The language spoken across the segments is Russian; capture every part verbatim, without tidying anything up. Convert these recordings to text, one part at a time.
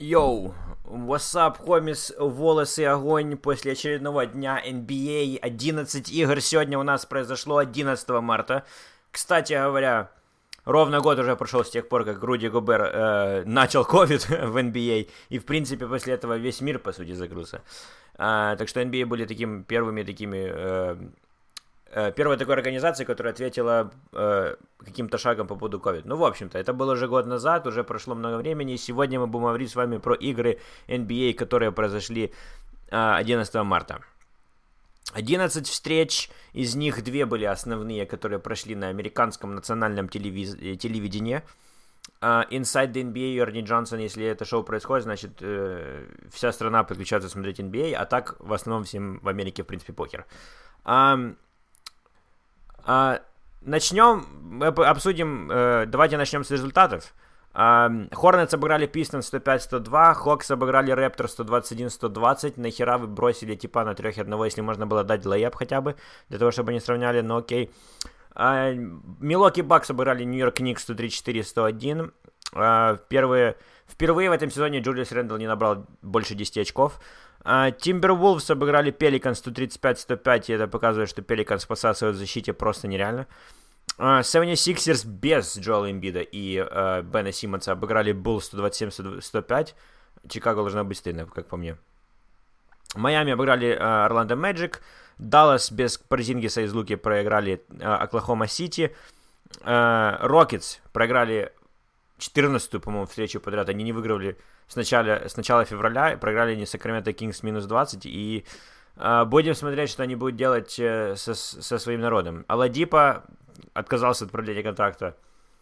Йоу, what's up, homie, волосы огонь после очередного дня эн би эй. одиннадцать игр сегодня у нас произошло одиннадцатого марта. Кстати говоря, ровно год уже прошел с тех пор, как Руди Гобер э, начал ковид в эн би эй. И, в принципе, после этого весь мир, по сути, закрылся. А, так что эн би эй были такими первыми такими... Э, Первая такая организация, которая ответила э, каким-то шагом по поводу ковид. Ну, в общем-то, это было уже год назад, уже прошло много времени, и сегодня мы будем говорить с вами про игры эн би эй, которые произошли э, одиннадцатого марта. одиннадцать встреч, из них две были основные, которые прошли на американском национальном телевиз... телевидении. Uh, Inside the эн би эй, Эрни Джонсон, если это шоу происходит, значит, э, вся страна подключается смотреть эн би эй, а так, в основном, всем в Америке, в принципе, покер. Um, Uh, начнем, обсудим, uh, давайте начнем с результатов. Хорнетс uh, обыграли Пистонс сто пять сто два, Хокс обыграли Рэптор сто двадцать один сто двадцать. Нахера вы бросили типа на трех одного, если можно было дать лейап хотя бы, для того, чтобы они сравняли, но окей. Милоки Бакс обыграли Нью-Йорк Никс сто тридцать четыре сто один. Uh, первые, впервые в этом сезоне Джулиус Рэндалл не набрал больше десяти очков. Тимбервулвс uh, обыграли Пеликанс сто тридцать пять сто пять, и это показывает, что Пеликанс спасает в защите просто нереально. Uh, севентисиксерс без Джоэла Эмбида и uh, Бена Симмонса обыграли Буллс сто двадцать семь сто пять. Чикаго должна быть стыдно, как по мне. Майами обыграли uh, Орландо Мэджик. Даллас без Порзингиса из Луки проиграли uh, Оклахома Сити. Рокетс uh, проиграли четырнадцатую, по-моему, встречу подряд. Они не выигрывали с начала, с начала февраля, проиграли они Сакраменто Кингс минус двадцать, и э, будем смотреть, что они будут делать э, со, со своим народом. Аладипа отказался от продления контракта.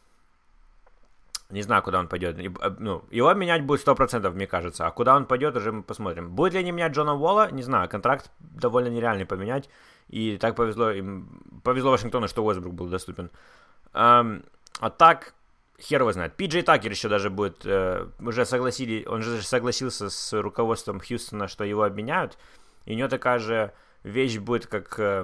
Не знаю, куда он пойдет. Ну, его менять будет сто процентов, мне кажется. А куда он пойдет, уже мы посмотрим. Будет ли они менять Джона Уолла? Не знаю. Контракт довольно нереальный поменять. И так повезло им. Повезло Вашингтону, что Уэстбрук был доступен. Эм, а так... Хер его знает. Пи Джей Такер еще даже будет, э, уже согласили, он же согласился с руководством Хьюстона, что его обменяют, и у него такая же вещь будет, как, э,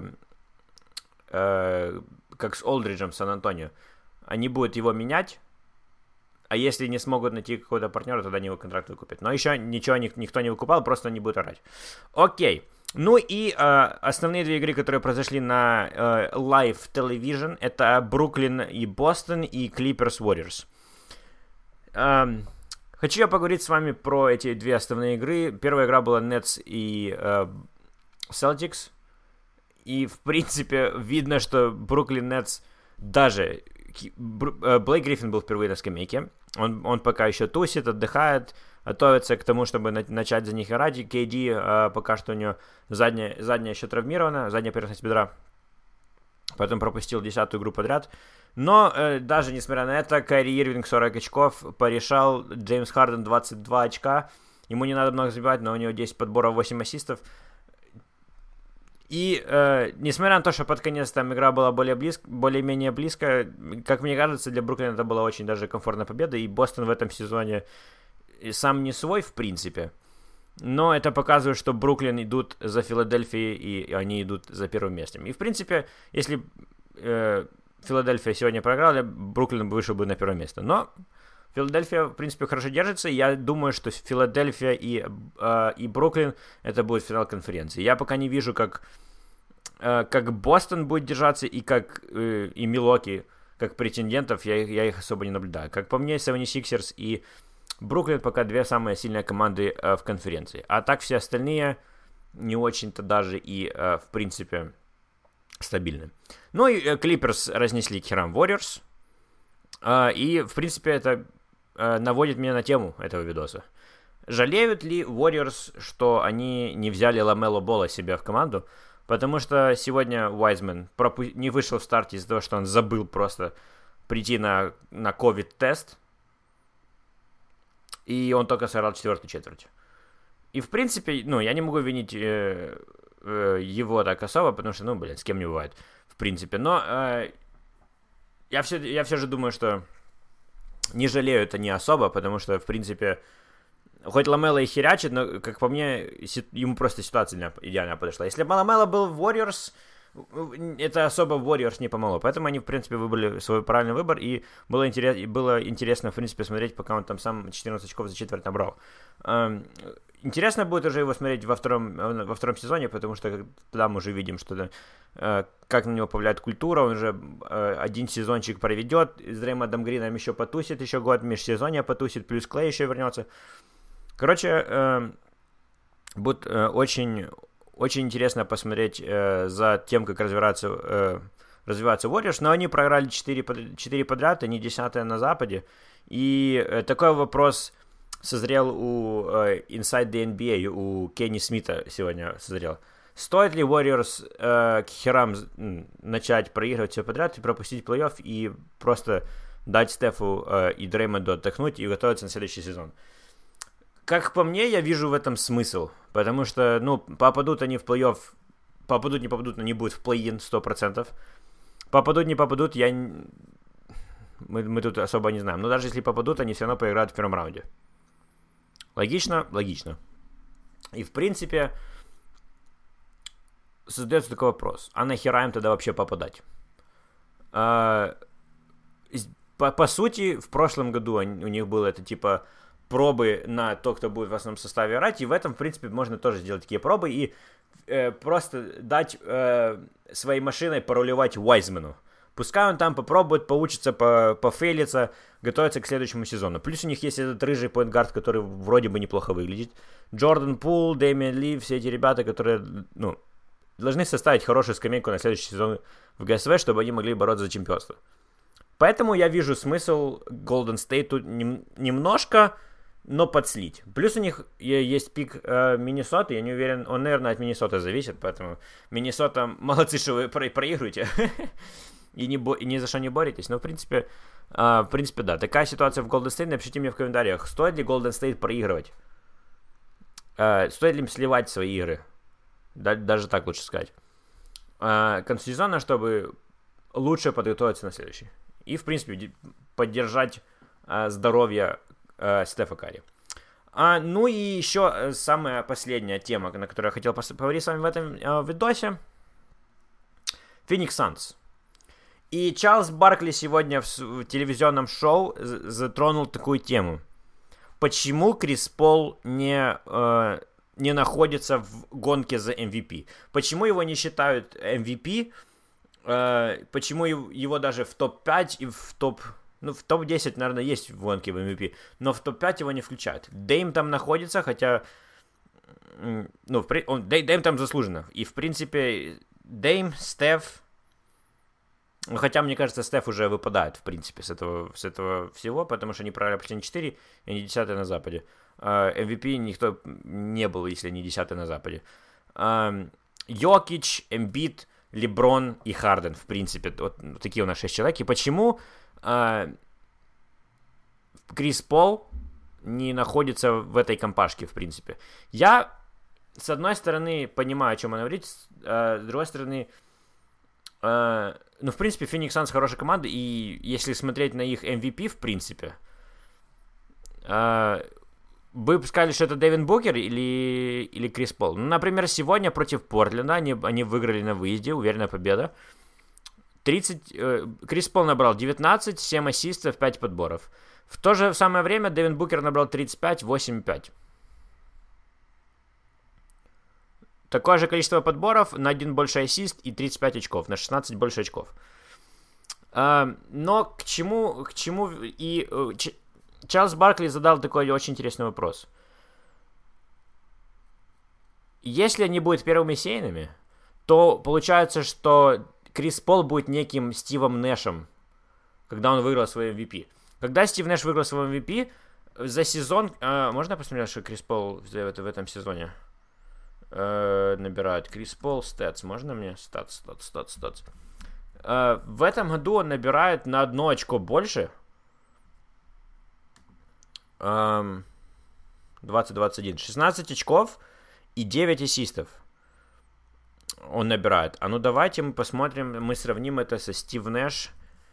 э, как с Олдриджем в Сан-Антонио. Они будут его менять, а если не смогут найти какого-то партнера, тогда они его контракт выкупят. Но еще ничего ник- никто не выкупал, просто они будут орать. Окей. Ну и э, основные две игры, которые произошли на э, Live Television, это Бруклин и Бостон и Clippers Warriors. Э, хочу я поговорить с вами про эти две основные игры. Первая игра была Nets и э, Celtics. И, в принципе, видно, что Бруклин Nets даже... Блейк Гриффин был впервые на скамейке. Он, он пока еще тусит, отдыхает, готовится к тому, чтобы на- начать за них играть. И кей ди э, пока что у него задняя, задняя еще травмирована, задняя поверхность бедра. Поэтому пропустил десятую игру подряд. Но э, даже несмотря на это, Кайри Ирвинг сорок очков порешал, Джеймс Харден двадцать два очка. Ему не надо много забивать, но у него десять подборов, восемь ассистов. И, э, несмотря на то, что под конец там игра была более близ... более-менее близкая, как мне кажется, для Бруклина это была очень даже комфортная победа, и Бостон в этом сезоне сам не свой, в принципе, но это показывает, что Бруклин идут за Филадельфией, и они идут за первым местом. И, в принципе, если э, Филадельфия сегодня проиграла, Бруклин вышел бы на первое место, но Филадельфия, в принципе, хорошо держится, и я думаю, что Филадельфия и, э, и Бруклин это будет финал конференции. Я пока не вижу, как, э, как Бостон будет держаться, и как э, и Милоки, как претендентов, я, я их особо не наблюдаю. Как по мне, севентисиксерс и Бруклин пока две самые сильные команды э, в конференции. А так все остальные не очень-то даже и, э, в принципе, стабильны. Ну и Клиперс э, разнесли к херам Warriors. Uh, и, в принципе, это uh, наводит меня на тему этого видоса. Жалеют ли Warriors, что они не взяли Ламело Болла себе в команду? Потому что сегодня Уайзман пропу- не вышел в старте из-за того, что он забыл просто прийти на, на ковид-тест. И он только сыграл четвертую четверть. И, в принципе, ну, я не могу винить э, э, его так особо, потому что, ну, блин, с кем не бывает, в принципе. Но... Э, Я все, я все же думаю, что не жалеют они особо, потому что, в принципе, хоть Ламело и херячит, но, как по мне, ему просто ситуация идеально подошла. Если бы Ламело был в Warriors, это особо Warriors не помогло. Поэтому они, в принципе, выбрали свой правильный выбор, и было, интерес, было интересно, в принципе, смотреть, пока он там сам четырнадцать очков за четверть набрал. Интересно будет уже его смотреть во втором, во втором сезоне, потому что тогда мы уже видим, что как на него повлияет культура, он уже один сезончик проведет, с Дреймондом Грином еще потусит еще год, межсезонье потусит, плюс Клей еще вернется. Короче, будет очень... Очень интересно посмотреть э, за тем, как развиваться, э, развиваться Warriors, но они проиграли четыре, четыре подряд, они десятые на Западе, и э, такой вопрос созрел у э, Inside the эн би эй, у Кенни Смита сегодня созрел. Стоит ли Warriors э, к херам начать проигрывать все подряд и пропустить плей-офф и просто дать Стефу э, и Дреймонду отдохнуть и готовиться на следующий сезон? Как по мне, я вижу в этом смысл, потому что, ну, попадут они в плей-офф, попадут, не попадут, но не будет в плей-ин сто процентов. Попадут, не попадут, я... Мы, мы тут особо не знаем. Но даже если попадут, они все равно поиграют в первом раунде. Логично? Логично. И, в принципе, создается такой вопрос. А нахера им тогда вообще попадать? А, по, по сути, в прошлом году они, у них было это, типа... пробы на то, кто будет в основном составе играть, и в этом, в принципе, можно тоже сделать такие пробы и э, просто дать э, своей машиной порулевать Уайзману. Пускай он там попробует, поучится, по, пофейлиться, готовится к следующему сезону. Плюс у них есть этот рыжий поинтгард, который вроде бы неплохо выглядит. Джордан Пул, Дэмиан Ли, все эти ребята, которые, ну, должны составить хорошую скамейку на следующий сезон в ГСВ, чтобы они могли бороться за чемпионство. Поэтому я вижу смысл Golden State тут нем, немножко... но подслить. Плюс у них есть пик э, Миннесоты, я не уверен, он, наверное, от Миннесоты зависит, поэтому Миннесота, молодцы, что вы про- проигрываете, и, не бо- и ни за что не боретесь, но, в принципе, э, в принципе, да, такая ситуация в Golden State, напишите мне в комментариях, стоит ли Golden State проигрывать, э, стоит ли им сливать свои игры, да, даже так лучше сказать, э, к концу сезона, чтобы лучше подготовиться на следующий, и, в принципе, поддержать э, здоровье Стефа Карри. А, ну и еще самая последняя тема, на которую я хотел поговорить с вами в этом э, видосе. Феникс Санс. И Чарльз Баркли сегодня в, в телевизионном шоу затронул такую тему. Почему Крис Пол не, э, не находится в гонке за эм ви пи? Почему его не считают эм ви пи? Э, почему его даже в топ пять и в топ... Ну, в топ десять, наверное, есть в гонке в эм ви пи, но в топ пять его не включают. Дэйм там находится, хотя... Ну, он, Дэйм там заслуженно. И, в принципе, Дэйм, Стеф... Ну, хотя, мне кажется, Стеф уже выпадает, в принципе, с этого, с этого всего, потому что они проиграли последние четыре, и они десятые на Западе. эм ви пи никто не был, если не десятый на Западе. Йокич, Эмбит, Леброн и Харден, в принципе. Вот такие у нас шесть человек. И почему... Крис Пол не находится в этой компашке, в принципе. Я, с одной стороны, понимаю, о чем он говорит, а, с другой стороны, а, ну, в принципе, Феникс Санс хорошая команда, и если смотреть на их эм ви пи, в принципе, а, вы бы сказали, что это Дэвин Букер или, или Крис Пол. Ну, например, сегодня против Портленда они, они выиграли на выезде, уверенная победа. тридцать, э, Крис Пол набрал девятнадцать, семь ассистов, пять подборов. В то же самое время Дэвин Букер набрал тридцать пять, восемь пять. Такое же количество подборов, на один больше ассист и тридцать пять очков, на шестнадцать больше очков. А, но к чему, к чему и Ч, Чарльз Баркли задал такой очень интересный вопрос. Если они будут первыми сейнами, то получается, что Крис Пол будет неким Стивом Нэшем, когда он выиграл свой эм ви пи. Когда Стив Нэш выиграл свой эм ви пи, за сезон... Э, можно я посмотрю, что Крис Пол в, в этом сезоне э, набирает? Крис Пол, статс. Можно мне? Статс, статс, статс, статс. Э, в этом году он набирает на одно очко больше. Э, двадцать двадцать один. шестнадцать очков и девять ассистов он набирает. А ну давайте мы посмотрим, мы сравним это со Стив Нэш.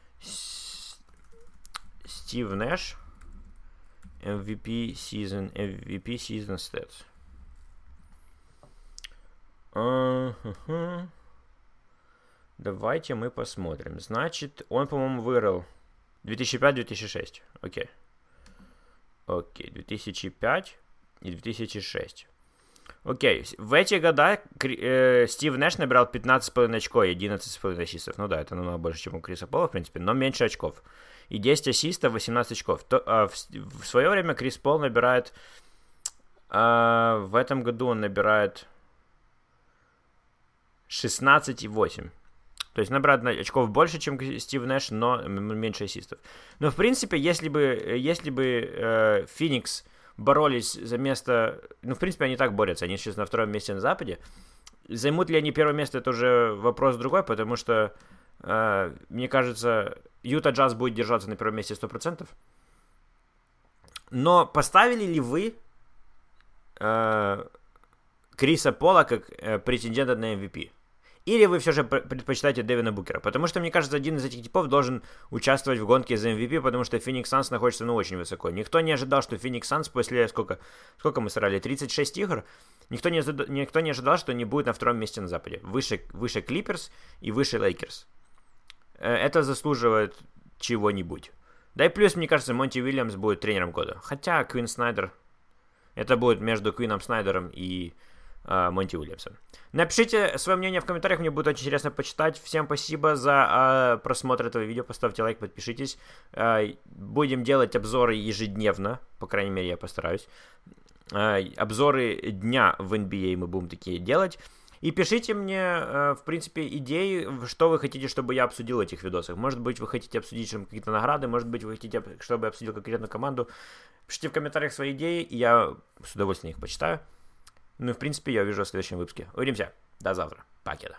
Стив Нэш. эм ви пи season, эм ви пи season stats. Uh-huh. Давайте мы посмотрим. Значит, он, по-моему, выиграл две тысячи пятый - две тысячи шестой. Окей. Окей, две тысячи пятый и две тысячи шестой. Окей, в эти года э, Стив Нэш набирал пятнадцать с половиной очков и одиннадцать с половиной ассистов. Ну да, это намного больше, чем у Криса Пола, в принципе, но меньше очков. И десять ассистов, восемнадцать очков. То, а в, в свое время Крис Пол набирает... А, в этом году он набирает шестнадцать и восемь. То есть набрать очков больше, чем Стив Нэш, но меньше ассистов. Но, в принципе, если бы, если бы Феникс... Э, боролись за место... Ну, в принципе, они так борются. Они сейчас на втором месте на Западе. Займут ли они первое место, это уже вопрос другой, потому что, э, мне кажется, Юта Джаз будет держаться на первом месте сто процентов. Но поставили ли вы э, Криса Пола как э, претендента на эм ви пи? Или вы все же предпочитаете Дэвина Букера? Потому что, мне кажется, один из этих типов должен участвовать в гонке за эм ви пи, потому что Phoenix Suns находится, ну, очень высоко. Никто не ожидал, что Phoenix Suns после сколько, сколько мы сыграли? тридцать шесть игр? Никто не, никто не ожидал, что они будут на втором месте на Западе. Выше, выше Clippers и выше Lakers. Это заслуживает чего-нибудь. Да и плюс, мне кажется, Монти Уильямс будет тренером года. Хотя Квин Снайдер... Это будет между Квином Снайдером и... Монти Уильямсом. Напишите свое мнение в комментариях, мне будет очень интересно почитать. Всем спасибо за э, просмотр этого видео, поставьте лайк, подпишитесь. Э, будем делать обзоры ежедневно, по крайней мере, я постараюсь. Э, обзоры дня в эн би эй мы будем такие делать. И пишите мне, э, в принципе, идеи, что вы хотите, чтобы я обсудил в этих видосах. Может быть, вы хотите обсудить какие-то награды, может быть, вы хотите, чтобы я обсудил конкретную команду. Пишите в комментариях свои идеи, и я с удовольствием их почитаю. Ну и, в принципе, я увижу в следующем выпуске. Увидимся. До завтра. Покеда.